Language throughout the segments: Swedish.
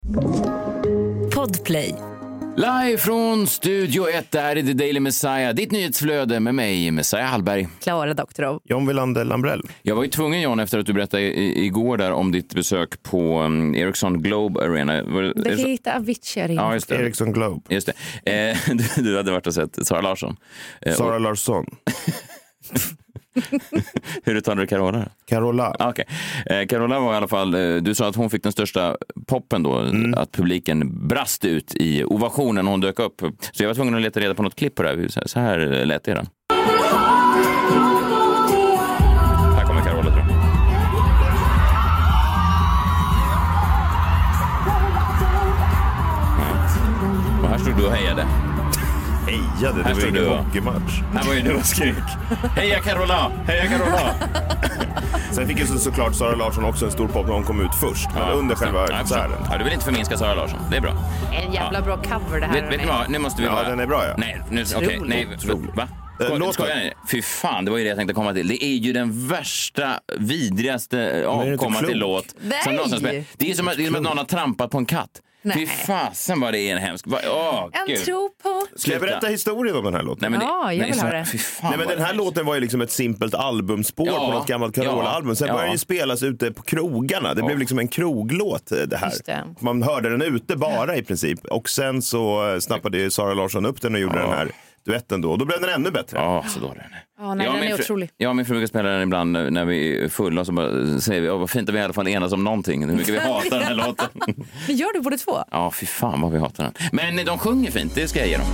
Podplay. Live från Studio 1, där är The Daily Messiah. Ditt nyhetsflöde med mig, Messiah Hallberg. Klara Doktorov. John Wilander Lambrell. Jag var ju tvungen, John, efter att du berättade igår där om ditt besök på Ericsson Globe Arena. Det kan hitta Avicii Arena. Ja, just det. Ericsson Globe. Just det. Du hade varit och sett Sara Larsson. Sara Larsson. Hur uttalar du Carola? Carola. Okej. Carola var i alla fall, du sa att hon fick den största poppen då, att publiken brast ut i ovationen när hon dök upp. Så jag var tvungen att leta reda på något klipp på det här. Så här lät det då. Här kommer Carola, tror jag. Ja. Och här stod du och hejade. Hejade, det var ingen hockeymatch. Här var ju du och skrik. Heja Carola! Heja Carola! Sen fick ju såklart Sara Larsson också en stor pop när hon kom ut först. Men under själva konserten. Ja, du vill inte förminska Sara Larsson. Det är bra. En jävla bra cover det här. Vet ni vad? Nu måste vi den är bra, ja. Nej, nu, okej. Nej, va? Skojar ni? Fy fan, det var ju det jag tänkte komma till. Det är ju den värsta, vidrigaste avkomma till låt. Nej! Det är som att någon har trampat på en katt. Nej. Fy fasen vad det är en hemsk. En tro på. Ska jag berätta historien om den här låten? Nej, men jag vill höra det. Nej, men den här låten var ju liksom ett simpelt albumspår på något gammalt Carola-album. Sen började ju spelas ute på krogarna. Det blev liksom en kroglåt det här. Man hörde den ute bara i princip. Och sen så snappade Sara Larsson upp den och gjorde den här duetten då. Och då blev den ännu bättre. Ja, så då är den. Ja, nej, den är otrolig. Jag och min fru spelar den ibland när vi är fulla, så bara säger vi, vad fint att vi i alla fall enas om någonting. Hur mycket vi hatar den här låten. Men gör du både två? Ja, fy fan vad vi hatar den. Men de sjunger fint, det ska jag ge dem.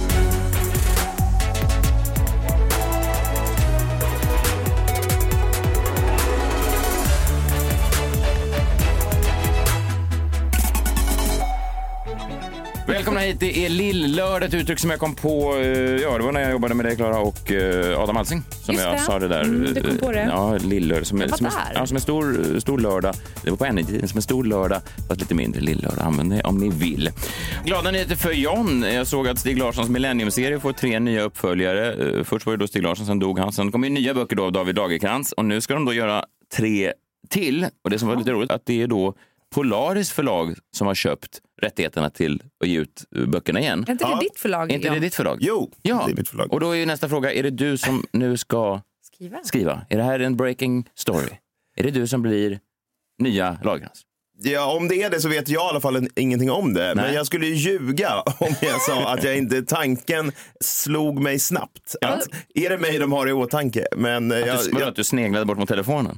Välkomna hit, det är Lill-lördag, ett uttryck som jag kom på, det var när jag jobbade med dig, Klara, och Adam Alsing, som jag sa det där. Du kom på det. Ja, Lill-lördag, som är stor lördag. Det var på en som är stor lördag, fast lite mindre Lill-lördag. Använd det om ni vill. Glada nyheter för John. Jag såg att Stig Larssons Millennium-serie får 3 nya uppföljare. Först var det då Stig Larsson, sen dog han. Sen kom ju nya böcker då av David Lagercrantz, och nu ska de då göra 3 till. Och det som var lite roligt, att det är då Polaris förlag som har köpt rättigheterna till att ge ut böckerna igen. Är inte det ditt förlag? Är inte det ditt förlag? Jo, det är mitt förlag. Och då är ju nästa fråga, är det du som nu ska skriva? Är det här en breaking story? Är det du som blir nya Lagercrantz? Ja, om det är det så vet jag i alla fall ingenting om det. Nej. Men jag skulle ljuga om jag sa att jag inte, tanken slog mig snabbt. Att, är det mig de har i åtanke? Men att du sneglade bort mot telefonen?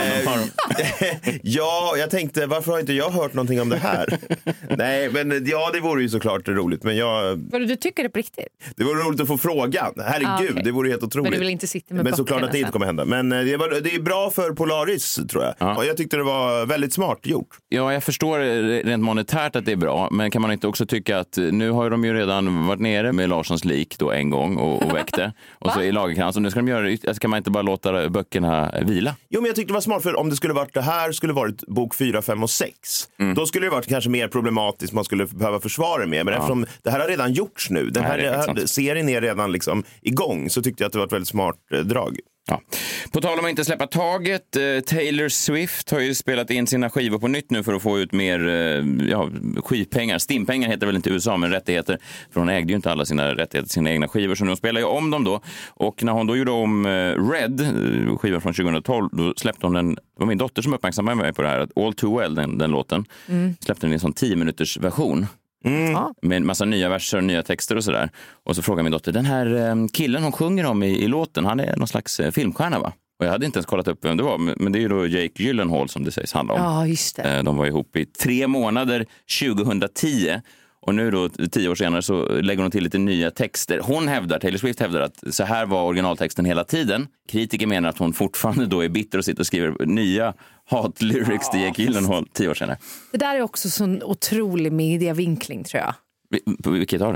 Ja, jag tänkte, varför har inte jag hört någonting om det här? Nej, men ja, det vore ju såklart roligt. Men du tycker det på riktigt? Det vore roligt att få frågan. Herregud, okay. Det vore helt otroligt. Men du vill inte sitta med men såklart att det inte kommer hända. Men det är bra för Polaris, tror jag. Ja. Och jag tyckte det var väldigt smart gjort. Ja, jag förstår rent monetärt att det är bra, men kan man inte också tycka att nu har de ju redan varit nere med Larssons lik då en gång och väckte, och så i Lagercrantz, och nu ska de göra, ska man inte bara låta böckerna vila? Jo, men jag tyckte det var smart, för om det skulle varit det här skulle varit bok 4, 5 och 6, då skulle det varit kanske mer problematiskt, man skulle behöva försvara det mer, men eftersom det här har redan gjorts nu, den här serien är redan liksom igång, så tyckte jag att det var ett väldigt smart drag. Ja. På tal om att inte släppa taget, Taylor Swift har ju spelat in sina skivor på nytt nu för att få ut mer skivpengar. Stimpengar heter väl inte i USA, men rättigheter. För hon ägde ju inte alla sina rättigheter, sina egna skivor, så hon spelar ju om dem då. Och när hon då gjorde om Red, skivan från 2012, då släppte hon det var min dotter som uppmärksammade mig på det här, att All Too Well, den låten, släppte den i en sån 10-minuters version. Med en massa nya verser och nya texter och sådär. Och så frågade min dotter, den här killen hon sjunger om i låten, han är någon slags filmstjärna, va? Och jag hade inte ens kollat upp vem det var, men det är ju då Jake Gyllenhaal som det sägs handla om. Ja, just det. De var ihop i 3 månader 2010. Och nu då 10 år senare så lägger hon till lite nya texter. Taylor Swift hävdar att så här var originaltexten hela tiden. Kritiker menar att hon fortfarande då är bitter och sitter och skriver nya hatlyrics till Jake Gyllenhaal 10 år senare. Det där är också sån otrolig mediavinkling, tror jag. Vilket av det?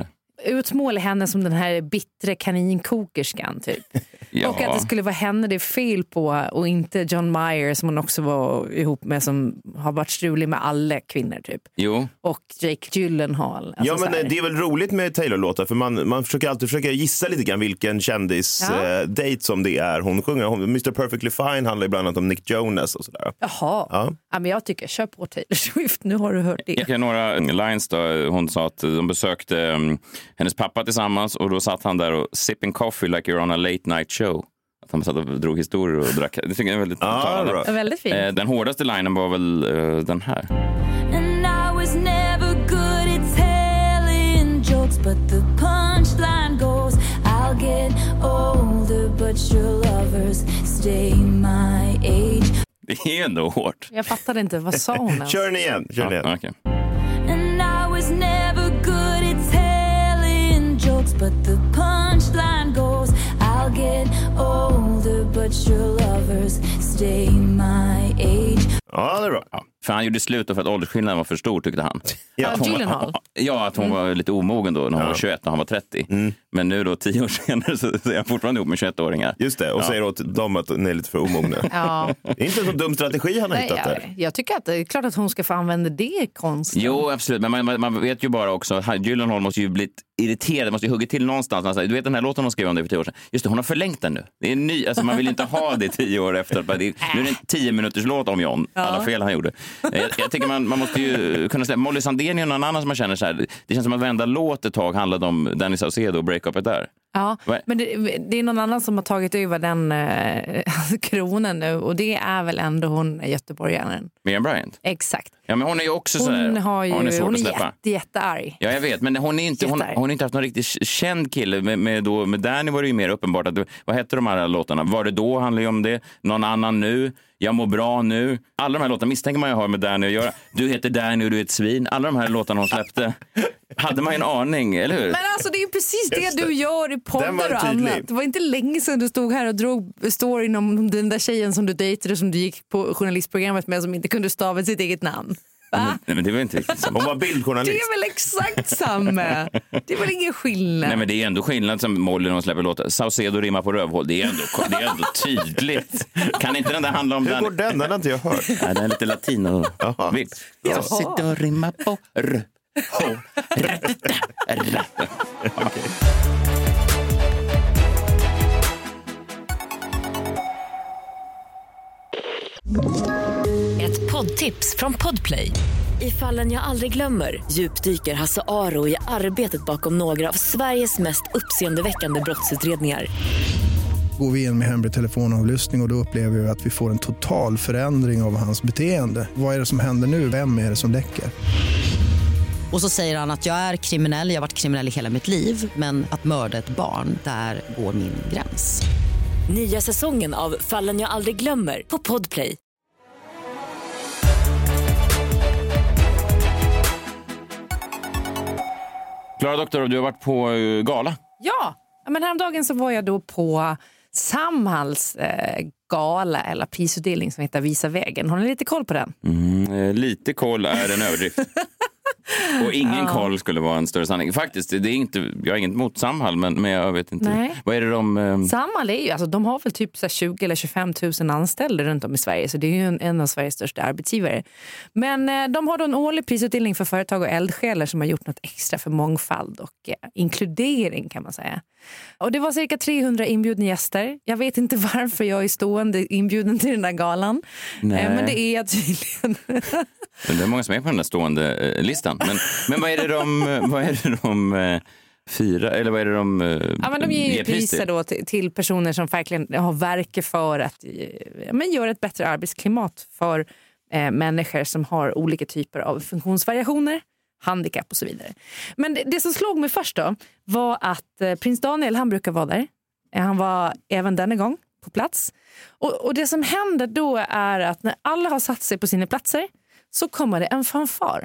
utmåla henne som den här bittre kaninkokerskan typ. Ja. Och att det skulle vara henne det är fel på och inte John Mayer som hon också var ihop med som har varit strulig med alla kvinnor typ. Jo. Och Jake Gyllenhaal. Alltså ja, men det är väl roligt med Taylor-låtar för man försöker alltid gissa lite grann vilken kändis-date som det är. Hon sjunger, Mr. Perfectly Fine handlar ibland annat om Nick Jonas och sådär. Jaha, ja. Men jag tycker, kör på Taylor Swift, nu har du hört det. Jag kan några lines då. Hon sa att de besökte hennes pappa tillsammans och då satt han där och sipping coffee like you're on a late night show. Att han satt och drog historier och drack. Det tycker jag är väldigt talande. Väldigt fint. Den hårdaste linen var väl den här. And I was never good at telling jokes but the punchline goes I'll get older but your lovers stay my age. Det är ändå hårt. Jag fattade inte, vad sa hon? Kör den igen. Okay. And I was never good at telling jokes but the punchline goes I'll get older but your lovers stay my age. Ja, det är bra. Ja. För han gjorde slut för att åldersskillnaden var för stor, tyckte han. Att hon var lite omogen då när hon var 21 och han var 30. Men nu då 10 år senare så är han fortfarande ihop med 21-åringar. Just det, och säger åt dem att ni är lite för omogna. Det är inte en så dum strategi han har hittat där. Jag tycker att det är klart att hon ska få använda det konsten. Jo, absolut. Men man vet ju bara också att Gyllenhaal måste ju bli irriterad, måste ju hugga till någonstans. Du vet den här låten hon skrev om det för 10 år sedan. Just det, hon har förlängt den nu. Det är ny, alltså man vill inte ha det 10 år efter. Nu är det en 10 minuters låt om John. Alla fel han gjorde. Jag tycker man måste ju kunna släppa. Molly Sandén är någon annan som man känner så här. Det känns som att varenda låt ett tag handlade om Danny Saucedo och break-upet där. Ja, men det är någon annan som har tagit över den kronen nu och det är väl ändå hon göteborgaren. Miriam Bryant? Exakt. Ja, men hon är ju också så här. Hon är jättearg. Ja, jag vet, men hon har inte haft någon riktigt känd kille. Med Danny var det ju mer uppenbart att vad hette de här låtarna? Var det då handlar ju om det? Någon annan nu? Jag mår bra nu. Alla de här låtarna misstänker man ju har med Danny att göra. Du heter Danny och du är ett svin. Alla de här låtarna hon släppte hade man en aning, eller hur? Men alltså det är ju precis det du gör i poddar och annat. Det var inte länge sedan du stod här och drog storyn om den där tjejen som du dejtade som du gick på journalistprogrammet med som inte kunde stava sitt eget namn. Nej, men det var inte riktigt samma. Hon var bildjournalist. Det är väl exakt samma. Det var ingen skillnad. Nej, men det är ändå skillnad som Molly när hon släpper låtar. Saucedo rimmar på rövhål. Det är ändå tydligt. Kan inte den där handla om Hur går den? Den har inte jag hört. Nej, den är lite latino. Saucedo rimmar på rövhål. Okej. Ett poddtips från Podplay. I Fallen jag aldrig glömmer djupdyker Hasse Aro i arbetet bakom några av Sveriges mest uppseendeväckande brottsutredningar. Går vi in med hemlig telefonavlyssning och då upplever vi att vi får en total förändring av hans beteende. Vad är det som händer nu? Vem är det som läcker? Och så säger han att jag är kriminell, jag har varit kriminell i hela mitt liv. Men att mörda ett barn, där går min gräns. Nya säsongen av Fallen jag aldrig glömmer på Podplay. Klara Doktor, du har varit på gala. Ja, men häromdagen så var jag då på Samhalls gala eller prisutdelning som heter Visa vägen. Har ni lite koll på den? Lite koll är en överdrift. Och ingen koll skulle vara en större sanning. Faktiskt, det är inte, jag har inget mot Samhall, men jag vet inte. Nej. Vad är det de... Samhall är ju, alltså, de har väl typ så 20 eller 25 000 anställda runt om i Sverige. Så det är ju en av Sveriges största arbetsgivare. Men de har då en årlig prisutdelning för företag och eldsjälar som har gjort något extra för mångfald och inkludering kan man säga. Och det var cirka 300 inbjudna gäster. Jag vet inte varför jag är stående inbjuden till den där galan. Men det är tydligen... Det är många som är på den där stående listan. Men vad är det de firar? Eller vad är det de men de ger ju priser då till personer som verkligen har verkat för att göra ett bättre arbetsklimat för människor som har olika typer av funktionsvariationer, handikapp och så vidare. Men det som slog mig först då var att prins Daniel, han brukar vara där. Han var även denna gång på plats. Och det som händer då är att när alla har satt sig på sina platser så kommer det en fanfar.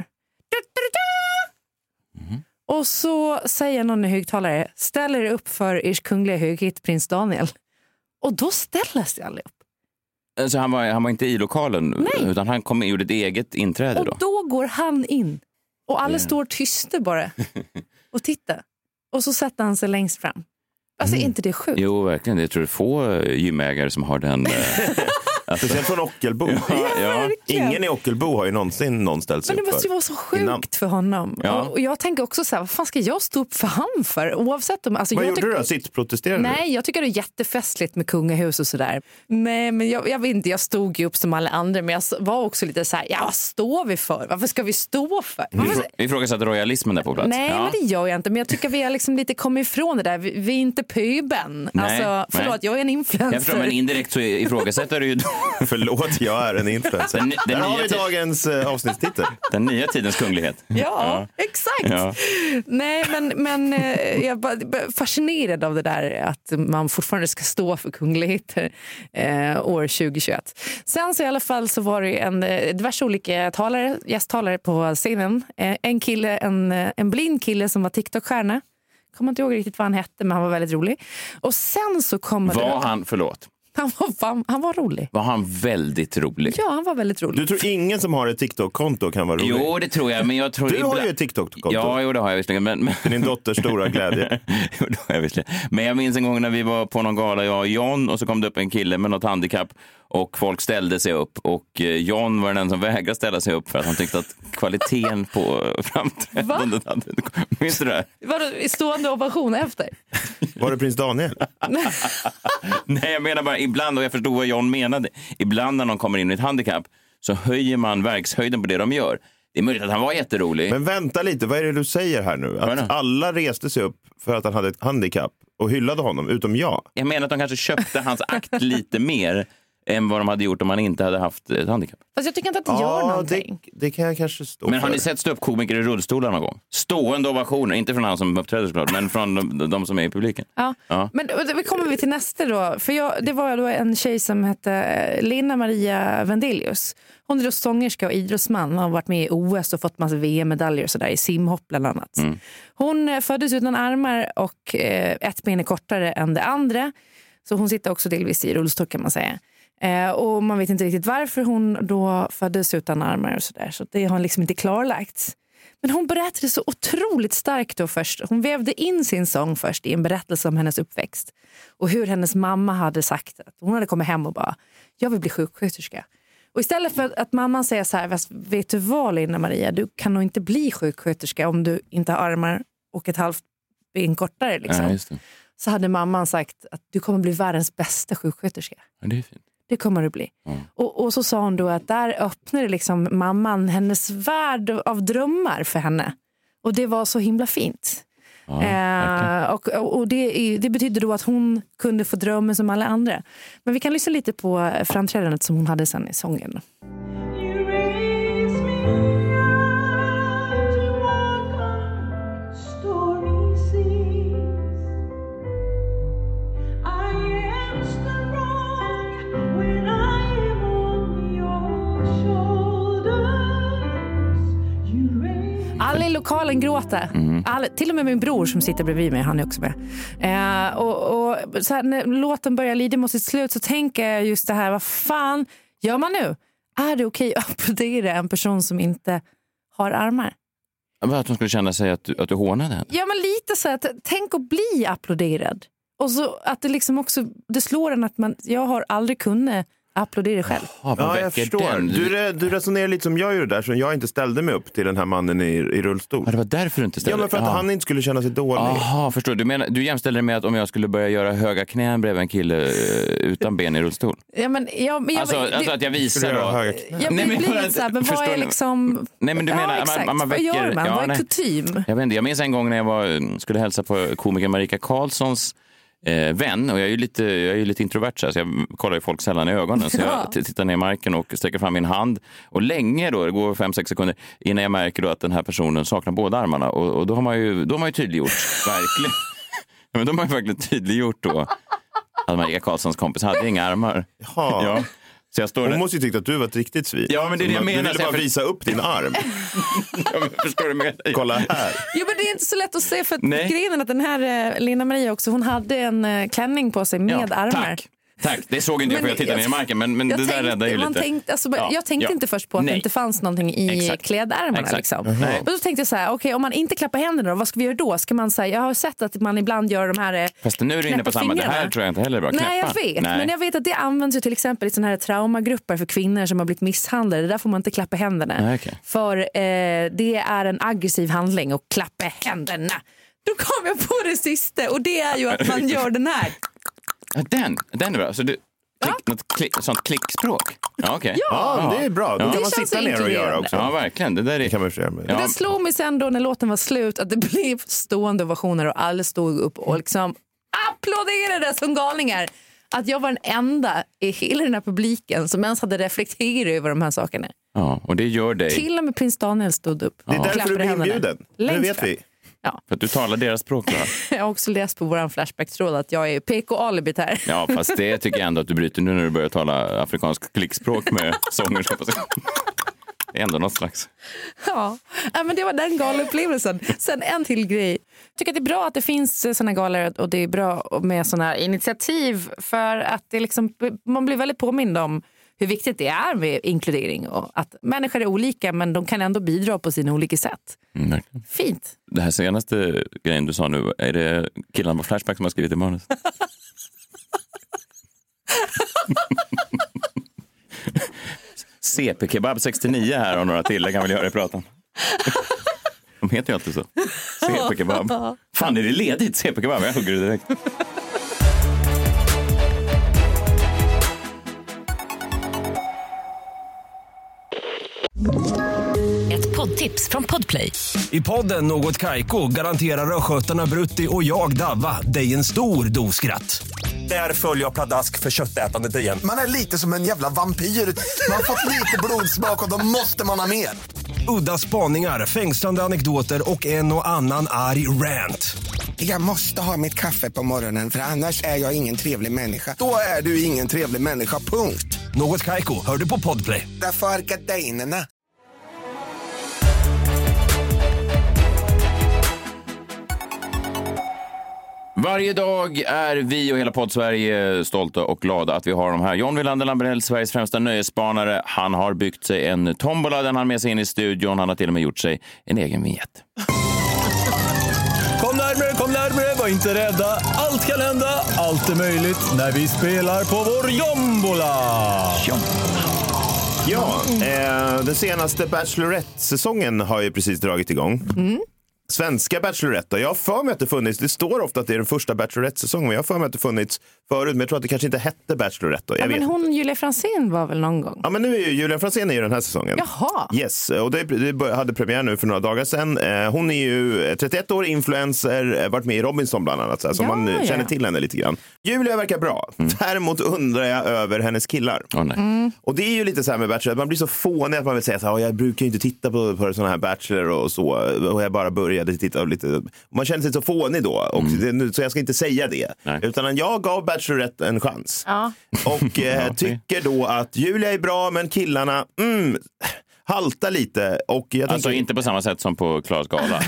Och så säger någon i högtalare, ställer er upp för ers kungliga höghet prins Daniel. Och då ställer sig alla upp. Så han var inte i lokalen? Nej. Utan han kom och gjorde ett eget inträde då? Och då går han in. Och alla står tysta bara och tittar. Och så sätter han sig längst fram. Alltså är inte det sjukt? Jo, verkligen. Jag tror det är få gymägare som har den... Speciellt från Ockelbo. Ja. Ingen i Ockelbo har ju någon ställt sig upp för. Men det måste ju vara så sjukt för honom. Ja. Och jag tänker också så här, vad fan ska jag stå upp för han för? Oavsett om, alltså, vad gjorde du då? Sittprotesterade du? Nej, jag tycker det är jättefestligt med kungahus och sådär. Nej, men jag vet inte, jag stod ju upp som alla andra, men jag var också lite så här, vad står vi för? Varför ska vi stå för? Vi frågasätter royalismen där på plats. Nej, men det gör jag inte. Men jag tycker vi har liksom lite kommit ifrån det där. Vi är inte pöben. Alltså, förlåt, jag är en influencer. Jag förstår, men indirekt så ifrågasätter du ju... Förlåt, jag är en influencer. Där har vi dagens avsnittstitel. Den nya tidens kunglighet. Ja, exakt. Ja. Nej, men jag är fascinerad av det där att man fortfarande ska stå för kungligheter år 2021. Sen så i alla fall så var det diverse olika gästtalare på scenen. En kille, en blind kille som var TikTok-stjärna. Kommer inte ihåg riktigt vad han hette, men han var väldigt rolig. Och sen så kommer Förlåt. Han var rolig. Var han väldigt rolig? Ja, han var väldigt rolig. Du tror ingen som har ett TikTok-konto kan vara rolig? Jo, det tror jag. Men jag tror du har ju ett TikTok-konto. Ja, jo, det har jag visserligen. Men... Din dotters stora glädje. Jo, det har jag visserligen. Men jag minns en gång när vi var på någon gala, jag och John, och så kom det upp en kille med något handikapp. Och folk ställde sig upp. Och John var den som vägrade ställa sig upp för att han tyckte att kvaliteten på framträdandet hade... Minns du det? Var det stående ovation efter? Var det prins Daniel? Nej, jag menar bara ibland, och jag förstod vad John menade. Ibland när någon kommer in i ett handikapp så höjer man verkshöjden på det de gör. Det är möjligt att han var jätterolig. Men vänta lite, vad är det du säger här nu? Att alla reste sig upp för att han hade ett handikapp och hyllade honom, utom jag. Jag menar att de kanske köpte hans akt lite mer än vad de hade gjort om man inte hade haft ett handikapp. Fast jag tycker inte att det gör någonting. Det kan jag kanske stå Men har ni sett ståuppkomiker i rullstolar någon gång? Stående ovationer, inte från han som uppträder såklart, men från de som är i publiken. Ja. Men vi kommer till nästa då. För det var då en tjej som hette Lena Maria Vendelius. Hon är då sångerska och idrottsman och har varit med i OS och fått massa VM-medaljer och sådär i simhopp bland annat. Hon föddes utan armar och ett ben är kortare än det andra. Så hon sitter också delvis i rullstol kan man säga. Och man vet inte riktigt varför hon då föddes utan armar och sådär. Så det har liksom inte klarlagts. Men hon berättade så otroligt starkt då först. Hon vävde in sin sång först i en berättelse om hennes uppväxt. Och hur hennes mamma hade sagt att hon hade kommit hem och bara, jag vill bli sjuksköterska. Och istället för att mamman säger så här, vet du vad Lena Maria, du kan nog inte bli sjuksköterska om du inte har armar och ett halvt ben kortare liksom. Ja, just det. Så hade mamman sagt att du kommer bli världens bästa sjuksköterska. Ja, det är fint. Det kommer det bli. Och så sa hon då att där öppnade liksom mamman hennes värld av drömmar för henne. Och det var så himla fint. Och det betydde då att hon kunde få drömmen som alla andra. Men vi kan lyssna lite på framträdandet som hon hade sen i sången. Alla i lokalen gråter. Till och med min bror som sitter bredvid mig, han är också med. Och så här, när låten börjar lida mot sitt slut så tänker jag just det här, vad fan gör man nu? Är det okej att applådera en person som inte har armar? Att hon skulle känna sig att du hånade henne? Ja, men lite så att tänk att bli applåderad. Och så att det liksom också, det slår en att jag har aldrig kunnat applådera själv. Ja, jag förstår. Du resonerar lite som jag gjorde där, så jag inte ställde mig upp till den här mannen i rullstol. Ja, det var därför du inte ställde. Ja, men för att han inte skulle känna sig dålig. Jaha, förstår du. Du jämställer det med att om jag skulle börja göra höga knän bredvid en kille utan ben i rullstol. Ja, men alltså att jag visar då. Jag blir lite så här, men vad är liksom... Nej, men du menar... Exakt, man vad gör man? Vad är kutym? Jag minns en gång när jag skulle hälsa på komiker Marika Karlssons vän, och jag är ju lite introvert så jag kollar ju folk sällan i ögonen, så jag tittar ner i marken och sträcker fram min hand, och länge då, det går 5-6 sekunder innan jag märker då att den här personen saknar båda armarna, och då har man ju tydliggjort verkligen. Men de har ju verkligen tydliggjort då att Marika Karlssons kompis hade inga armar. Ja. Så jag står Hon måste ju tycka att du var ett riktigt svin. Ja, men det är det jag menar. Du ville bara visa upp din arm. Ja, men förstår du med? Kolla här. Jo, men det är inte så lätt att se, för att grejen att den här Lena Maria också, hon hade en klänning på sig med armar. Tack. Tack, det såg inte jag för jag tittade ner i marken, men det där räddade ju lite. Jag tänkte inte först på att det inte fanns någonting i klädärmarna. Liksom. Men då tänkte jag så här, okej, om man inte klappar händerna, vad ska vi göra då? Ska man säga, jag har sett att man ibland gör de här fast nu är du inne på samma, det här tror jag inte heller är bra. Knäppa. Nej, jag vet, men jag vet att det används ju till exempel i såna här traumagrupper för kvinnor som har blivit misshandlade. Där får man inte klappa händerna. För det är en aggressiv handling att klappa händerna. Då kom jag på det sista, och det är ju att man gör den här. Den är bra. Så du sånt klickspråk. Ja, okej. Ja, det är bra. Då kan man sitta ner och göra också. Ja, verkligen. Det där kan man köra med. Det slog mig sen då när låten var slut att det blev stående ovationer och alla stod upp och liksom applåderade som galningar. Att jag var den enda i hela den här publiken som ens hade reflekterat över de här sakerna. Ja, och det gör dig. Till och med prins Daniel stod upp. Det är därför du blir inbjuden. Det vet vi. Ja. För att du talar deras språk, va? Jag har också läst på våran Flashback-tråd att jag är PK-alibit här. Ja, fast det tycker jag ändå att du bryter nu när du börjar tala afrikansk klickspråk med sångerska på sig. Det är ändå något slags. Ja, men det var den galupplevelsen. Sen en till grej. Jag tycker att det är bra att det finns såna galor och det är bra med såna initiativ för att det liksom, man blir väldigt påmind om hur viktigt det är med inkludering och att människor är olika men de kan ändå bidra på sina olika sätt. Fint. Det här senaste grejen du sa nu, är det killarna på Flashback som har skrivit i manus? CP-kebab 69 här och några till, kan väl göra i pratan. De heter ju alltid så. CP-kebab. Fan, är det ledigt CP-kebab? Jag hugger det direkt. Ett poddtips från Podplay. I podden Något Kaiko garanterar röskötarna Brutti och jag Davva dig en stor doskratt. Där följer jag pladask för köttätandet igen. Man är lite som en jävla vampyr. Man har fått lite blodsmak och då måste man ha mer. Udda spaningar, fängslande anekdoter och en och annan arg rant. Jag måste ha mitt kaffe på morgonen för annars är jag ingen trevlig människa. Då är du ingen trevlig människa, punkt. Något Kaiko, hör du på Podplay. Därför är gardinerna. Varje dag är vi och hela Poddsverige stolta och glada att vi har de här. John Wilander Lambrell, Sveriges främsta nöjesspanare. Han har byggt sig en tombola, den han med sig in i studion. Han har till och med gjort sig en egen vignett. Kom närmare, var inte rädda. Allt kan hända, allt är möjligt när vi spelar på vår jombola. Ja, den senaste Bachelorette-säsongen har ju precis dragit igång. Svenska Bachelorette. Jag har för mig att det funnits, det står ofta att det är den första Bachelorette-säsongen, men jag har för mig att det funnits förut, men jag tror att det kanske inte hette Bachelorette. Ja, men hon, Julia Franzén var väl någon gång? Ja, men nu är ju Julia Franzén den här säsongen. Jaha. Yes, och det hade premiär nu för några dagar sedan. Hon är ju 31 år, influencer, varit med i Robinson bland annat, så man känner till henne lite grann. Julia verkar bra. Däremot undrar jag över hennes killar. Och det är ju lite så här med Bachelor, man blir så fånig att man vill säga så här, jag brukar ju inte titta på sådana här Bachelor och så, och jag bara började titta lite. Man känner sig så fånig då, och så jag ska inte säga det. Utan jag gav Bachelorette en chans. Och tycker då att Julia är bra, men killarna haltar lite. Och jag alltså inte på samma sätt som på Klaras gala.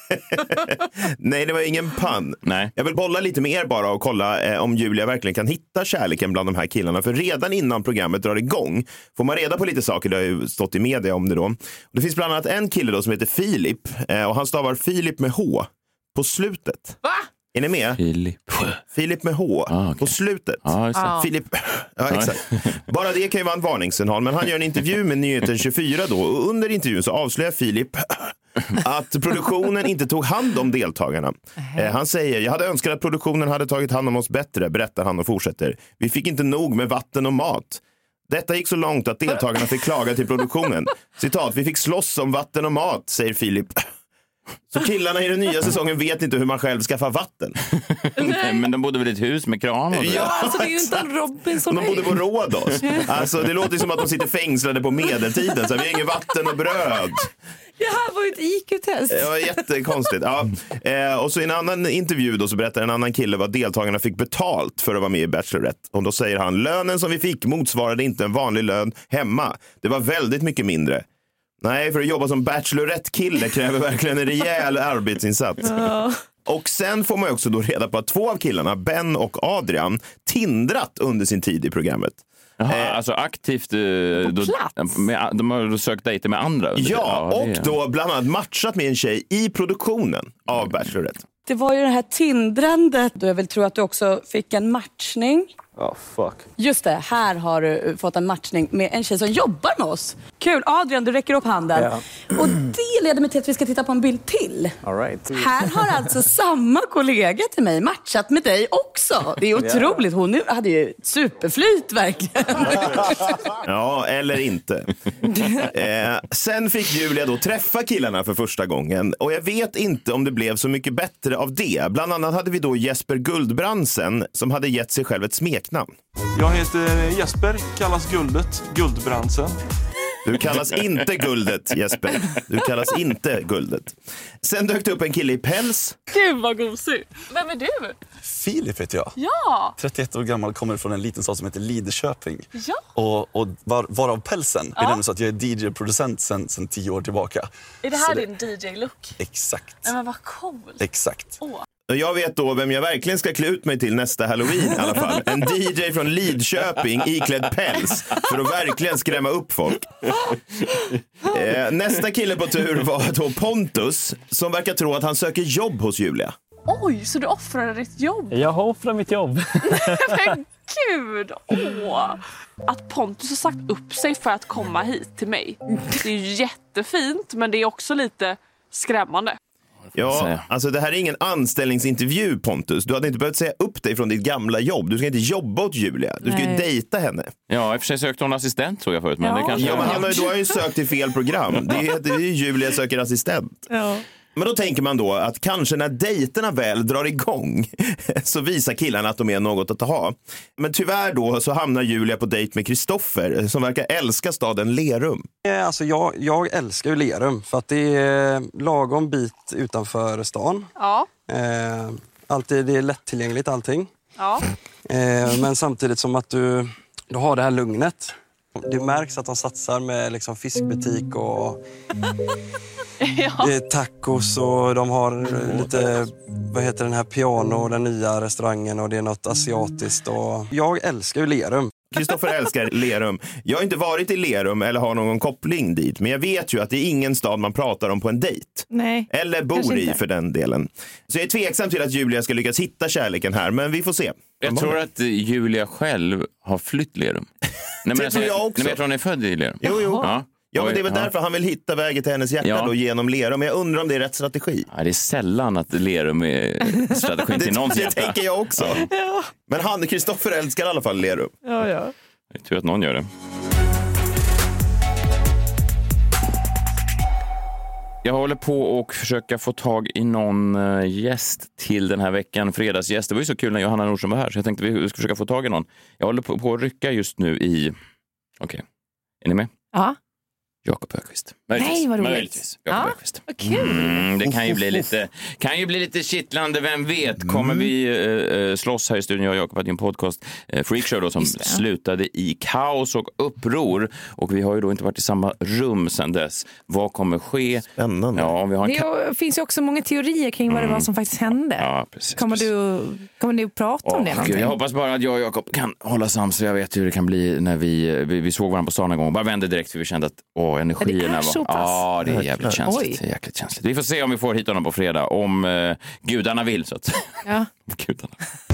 Nej, det var ingen pann. Nej. Jag vill bolla lite mer bara och kolla om Julia verkligen kan hitta kärleken bland de här killarna. För redan innan programmet drar igång får man reda på lite saker. Det har ju stått i media om det då. Det finns bland annat en kille då som heter Filip. Och han stavar Filip med H på slutet. Va? Är ni med? Filip med H på slutet. Filip. Ja, exakt. Bara det kan ju vara en varningssignal. Men han gör en intervju med Nyheter 24 då. Och under intervjun så avslöjar Filip att produktionen inte tog hand om deltagarna. Han säger, jag hade önskat att produktionen hade tagit hand om oss bättre, berättar han och fortsätter. Vi fick inte nog med vatten och mat. Detta gick så långt att deltagarna fick klaga till produktionen. Citat, vi fick slåss om vatten och mat, säger Filip. Så killarna i den nya säsongen vet inte hur man själv skaffar vatten. Nej, men de bodde väl i ett hus med kran och ja, alltså det är ju inte en Robinson. De bodde på Rhodos. Alltså det låter som att de sitter fängslade på medeltiden. Så vi har ingen vatten och bröd. Det här var ju ett IQ-test. Det var jättekonstigt. Ja. Och så i en annan intervju då så berättar en annan kille vad deltagarna fick betalt för att vara med i Bachelorette. Och då säger han, lönen som vi fick motsvarade inte en vanlig lön hemma. Det var väldigt mycket mindre. Nej, för att jobba som Bachelorette-kille kräver verkligen en rejäl arbetsinsats. Och sen får man också då reda på att 2 av killarna, Ben och Adrian, tindrat under sin tid i programmet. Jaha, alltså aktivt de har sökt dejter med andra. Ja, och då bland annat matchat med en tjej i produktionen av Bachelorette. Det var ju det här tindrandet då jag vill tro att du också fick en matchning. Fuck. Just det, här har du fått en matchning med en tjej som jobbar med oss. Kul, Adrian, du räcker upp handen. Yeah. Och det leder mig till att vi ska titta på en bild till. All right. Här har alltså samma kollega till mig matchat med dig också. Det är otroligt, hon hade ju superflyt verkligen. Ja, eller inte. Sen fick Julia då träffa killarna för första gången. Och jag vet inte om det blev så mycket bättre av det. Bland annat hade vi då Jesper Guldbrandsen som hade gett sig själv ett smeknamn. Jag heter Jesper, kallas Guldet, Guldbrandsen. Du kallas inte Guldet, Jesper. Du kallas inte Guldet. Sen dök det upp en kille i päls. Gud vad gosig. Vem är du? Filip heter jag. Ja. 31 år gammal, kommer från en liten stad som heter Lidköping. Ja. Och varav pälsen. Det är nämligen så att jag är DJ-producent sen 10 år tillbaka. Är det här din DJ-look? Exakt. Men vad cool. Exakt. Jag vet då vem jag verkligen ska klä ut mig till nästa Halloween i alla fall. En DJ från Lidköping iklädd päls för att verkligen skrämma upp folk. Nästa kille på tur var då Pontus som verkar tro att han söker jobb hos Julia. Oj, så du offrade ditt jobb? Jag har offrat mitt jobb. Men gud, att Pontus har sagt upp sig för att komma hit till mig. Det är ju jättefint, men det är också lite skrämmande. Ja, alltså det här är ingen anställningsintervju, Pontus. Du hade inte behövt säga upp dig från ditt gamla jobb. Du ska inte jobba åt Julia. Du ska ju dejta henne. Ja, i och för sig sökte hon assistent tror jag förut. Men det kanske men då har ju sökt till fel program. Det är ju Julia söker assistent. Ja. Men då tänker man då att kanske när dejterna väl drar igång så visar killarna att de är något att ha. Men tyvärr då så hamnar Julia på dejt med Kristoffer som verkar älska staden Lerum. Alltså jag älskar ju Lerum för att det är lagom bit utanför stan. Ja. Alltid, det är lättillgängligt allting. Ja. Men samtidigt som att du har det här lugnet. Det märks att de satsar med liksom fiskbutik och tacos och de har lite, vad heter den här piano, den nya restaurangen och det är något asiatiskt och jag älskar ju Lerum. Kristoffer älskar Lerum. Jag har inte varit i Lerum eller har någon koppling dit, men jag vet ju att det är ingen stad man pratar om på en dejt. Nej, eller bor i för den delen. Så jag är tveksam till att Julia ska lyckas hitta kärleken här, men vi får se. Jag tror att Julia själv har flytt Lerum. Nej, men tror jag också. Nej, jag tror hon är född i Lerum. Jo. Ja, men det är väl därför han vill hitta vägen till hennes hjärta då genom Lerum. Men jag undrar om det är rätt strategi. Ja, det är sällan att Lerum är strategin till någons hjärta. Det tänker jag också. Ja. Men Kristoffer älskar i alla fall Lerum. Ja. Jag tror att någon gör det. Jag håller på och försöka få tag i någon gäst till den här veckan. Fredagsgäst. Det var ju så kul när Johanna Nordström var här. Så jag tänkte vi ska försöka få tag i någon. Jag håller på att rycka just nu i... Okej. Är ni med? Ja. Jakob Öqvist. Nej, vad roligt. Möjligtvis. Jakob Öqvist. Vad kul. Det kan ju bli lite kittlande, vem vet. Kommer vi slåss här i studion, jag och Jakob hade en podcast Freakshow då, som slutade i kaos och uppror. Och vi har ju då inte varit i samma rum sedan dess. Vad kommer ske? Spännande. Ja, om vi har det finns ju också många teorier kring vad det var som faktiskt hände. Ja, precis. Kommer du att prata om det någonting? Jag hoppas bara att jag och Jakob kan hålla sams. Jag vet hur det kan bli när vi såg varandra på stan en gång. Bara vände direkt för vi kände att energierna var... Ja, det är jävligt känsligt. Det är jäkligt känsligt. Vi får se om vi får hit honom på fredag. Om gudarna vill, så att... Ja. Gudarna.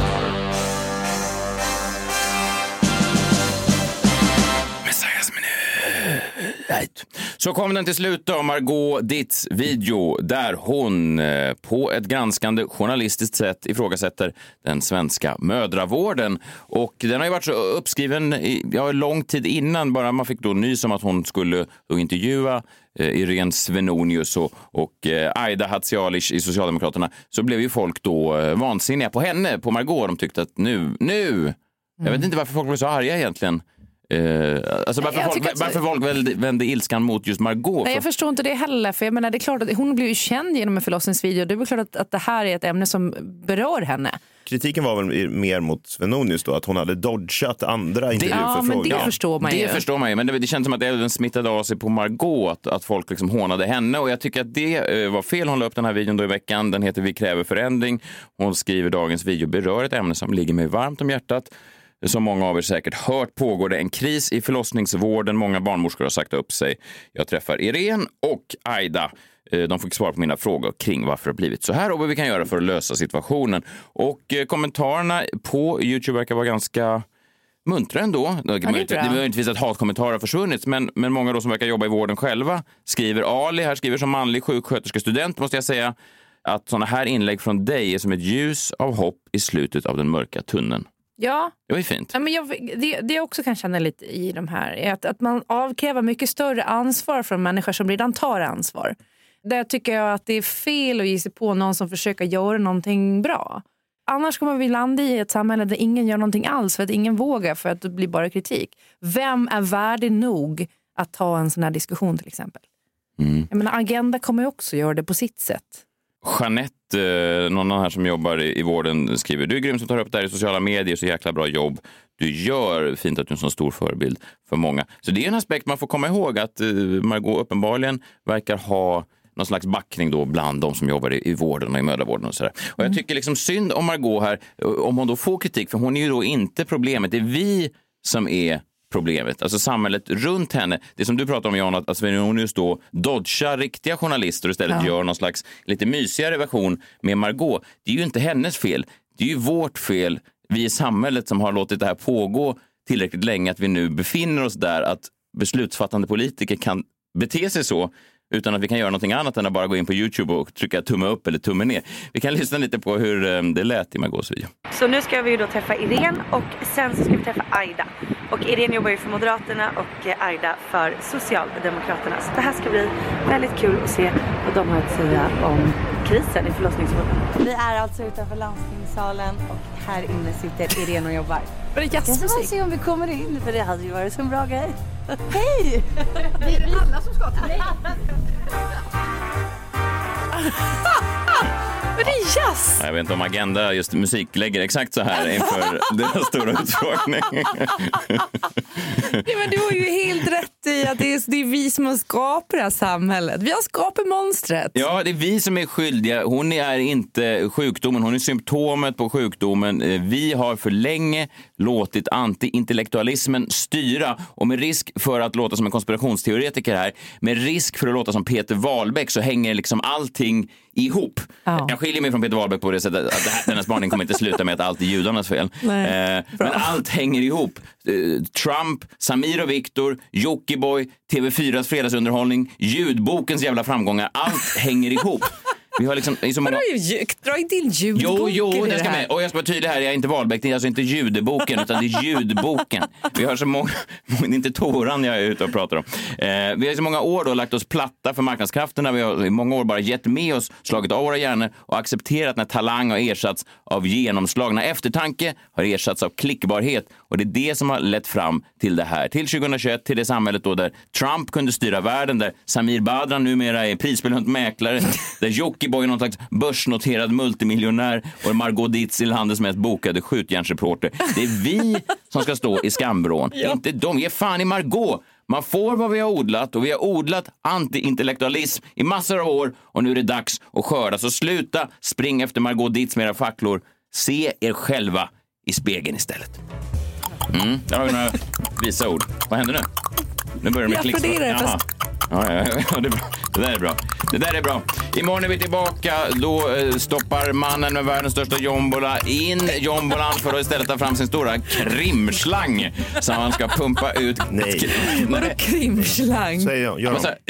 Så kom den till slut då, Margot Ditts video där hon på ett granskande journalistiskt sätt ifrågasätter den svenska mödravården. Och den har ju varit så uppskriven lång tid innan, bara man fick då nys om att hon skulle då intervjua Irene Svenonius och Aida Hadzialic i Socialdemokraterna, så blev ju folk då vansinniga på henne, på Margot. De tyckte att nu. Jag vet inte varför folk blev så arga egentligen. Alltså varför folk vände ilskan mot just Margot? Nej, jag förstår inte det heller, för jag menar, det är klart att hon blir ju känd genom en förlossningsvideo. Det är väl klart att det här är ett ämne som berör henne. kritiken var väl mer mot Svenonius då, att hon hade dodgat andra intervjuförfrågningar. Men det förstår man ju. Det förstår man ju, men det känns som att den smittade av sig på Margot, att folk liksom hånade henne, och jag tycker att det var fel. Hon la upp den här videon då i veckan, den heter Vi kräver förändring. Hon skriver dagens video berör ett ämne som ligger mig varmt om hjärtat. Som många av er säkert hört pågår det en kris i förlossningsvården. Många barnmorskor har sagt upp sig. Jag träffar Irene och Aida. De fick svara på mina frågor kring varför det blivit så här och vad vi kan göra för att lösa situationen. Och kommentarerna på YouTube verkar vara ganska muntra ändå. Det är inte att hatkommentarer har försvunnit, men många då som verkar jobba i vården själva skriver. Ali här skriver som manlig sjuksköterskestudent, måste jag säga, att sådana här inlägg från dig är som ett ljus av hopp i slutet av den mörka tunneln. Ja. Det var ju fint. Ja, men det jag också kan känna lite i de här är att man avkräver mycket större ansvar från människor som redan tar ansvar. Där tycker jag att det är fel att ge sig på någon som försöker göra någonting bra. Annars kommer vi landa i ett samhälle där ingen gör någonting alls för att ingen vågar, för att det blir bara kritik. Vem är värdig nog att ta en sån här diskussion till exempel? Jag menar, Agenda kommer ju också göra det på sitt sätt. Jeanette, någon här som jobbar i vården, skriver: du är grym som tar upp det här i sociala medier, så jäkla bra jobb. Du gör fint att du är en sån stor förebild för många. Så det är en aspekt man får komma ihåg, att Margot uppenbarligen verkar ha någon slags backning då bland de som jobbar i vården och i mödravården och sådär. Och jag tycker liksom synd om Margot här, om hon då får kritik, för hon är ju då inte problemet. Det är vi som är problemet. Alltså samhället runt henne. Det som du pratar om, Jan, att Svenonius då dodgar riktiga journalister och istället gör någon slags lite mysigare version med Margot. Det är ju inte hennes fel. Det är ju vårt fel. Vi i samhället som har låtit det här pågå tillräckligt länge, att vi nu befinner oss där att beslutsfattande politiker kan bete sig så utan att vi kan göra någonting annat än att bara gå in på YouTube och trycka tumme upp eller tumme ner. Vi kan lyssna lite på hur det lät i Margots video. Så nu ska vi ju då träffa Irene och sen så ska vi träffa Aida. Och Irene jobbar ju för Moderaterna och Aida för Socialdemokraterna. Så det här ska bli väldigt kul att se vad de har att säga om krisen i förlossningsvården. Vi är alltså utanför landstingssalen och här inne sitter Irene och jobbar. Jag ska se om vi kommer in, för det hade ju varit så en bra grej. Hej! Det är det alla som ska ta. Men det är jazz! Jag vet inte om Agenda just musik lägger exakt så här inför deras stora utfrågning. Ja, men du har ju helt rätt i att det är vi som har skapat det här samhället. Vi har skapat monstret. Ja, det är vi som är skyldiga. Hon är inte sjukdomen, hon är symptomet på sjukdomen. Vi har för länge låtit anti-intellektualismen styra, och med risk för att låta som en konspirationsteoretiker här, med risk för att låta som Peter Wahlbeck, så hänger liksom allting ihop. Ja. Jag skiljer mig från Peter Wahlbeck på det sättet att den här spaningen kommer inte sluta med att allt är judarnas fel. Men allt hänger ihop. Trump, Samir och Viktor, Jockiboi, TV4s fredagsunderhållning, ljudbokens jävla framgångar, allt hänger ihop. Vi har liksom så många... Dra inte in ljudboken. Jo, det ska med. Och jag ska vara tydlig här, jag är inte Wahlbeck, det är alltså inte ljudboken utan det är ljudboken. Vi har så många, det är inte Toran jag är ute och pratar om. Vi har i så många år då lagt oss platta för marknadskrafterna. Vi har i många år bara gett med oss, slagit av våra hjärnor och accepterat när talang har ersatts av genomslag. När eftertanke har ersatts av klickbarhet. Och det är det som har lett fram till det här. Till 2021, till det samhället då där Trump kunde styra världen, där Samir Badran numera är prisbelönt mäklare, där Jockiboi är någon slags börsnoterad multimiljonär och Margot Dietz är landets mest bokade skjutjärnsreporter. Det är vi som ska stå i skambrån. Ja. Inte de. Ge fan i Margot. Man får vad vi har odlat, och vi har odlat anti-intellektualism i massor av år, och nu är det dags att skörda. Så sluta spring efter Margot Dietz med era facklor. Se er själva i spegeln istället. Där har vi några visa ord. Vad händer nu? Nu börjar det med klickslag. Ja, det där är bra. Det där är bra. Imorgon är vi tillbaka. Då stoppar mannen med världens största jombola in jombolan för att istället ta fram sin stora krimslang som han ska pumpa ut. Nej. Vadå krimslang? Säger jag. Gör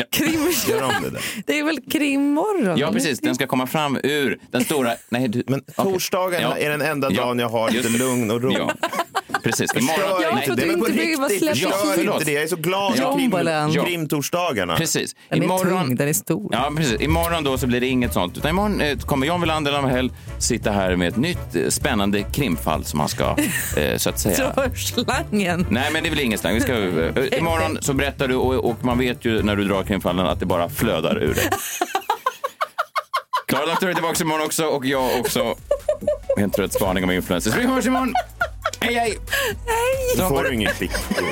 om det där. Det är väl krimmorgon? Ja, precis. Den ska komma fram ur den stora... Men torsdagen är den enda dagen jag har lite lugn och ro. Ja. Precis. Imorgon... Jag trodde inte behöva släppa inte det. Jag är så glad i krimtorsdagarna. Precis. Den är tung, den är stor. Ja, precis. Imorgon då så blir det inget sånt. Utan imorgon kommer Jan Wilander Lamhäll sitta här med ett nytt spännande krimfall som han ska, så att säga... slangen. Nej, men det är väl ingen slang. Imorgon så berättar du, och man vet ju när du drar krimfallen att det bara flödar ur dig. Klara Laktör är tillbaka imorgon också, och jag också. En trött spaning om influencers. Vi hörs imorgon. Hej, hej. Du får ingen klick.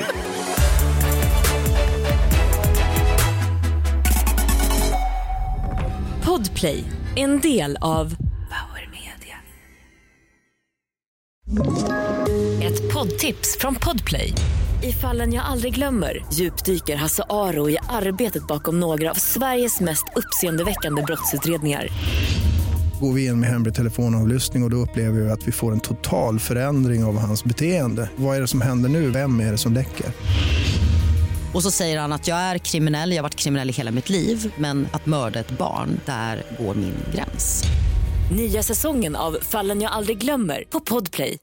Podplay, en del av Power Media. Ett poddtips från Podplay. I Fallen jag aldrig glömmer djupdyker Hasse Aro i arbetet bakom några av Sveriges mest uppseendeväckande brottsutredningar. Går vi in med hemlig telefonavlyssning och då upplever vi att vi får en total förändring av hans beteende. Vad är det som händer nu? Vem är det som läcker? Och så säger han att jag är kriminell, jag har varit kriminell i hela mitt liv. Men att mörda ett barn, där går min gräns. Nya säsongen av Fallen jag aldrig glömmer på Podplay.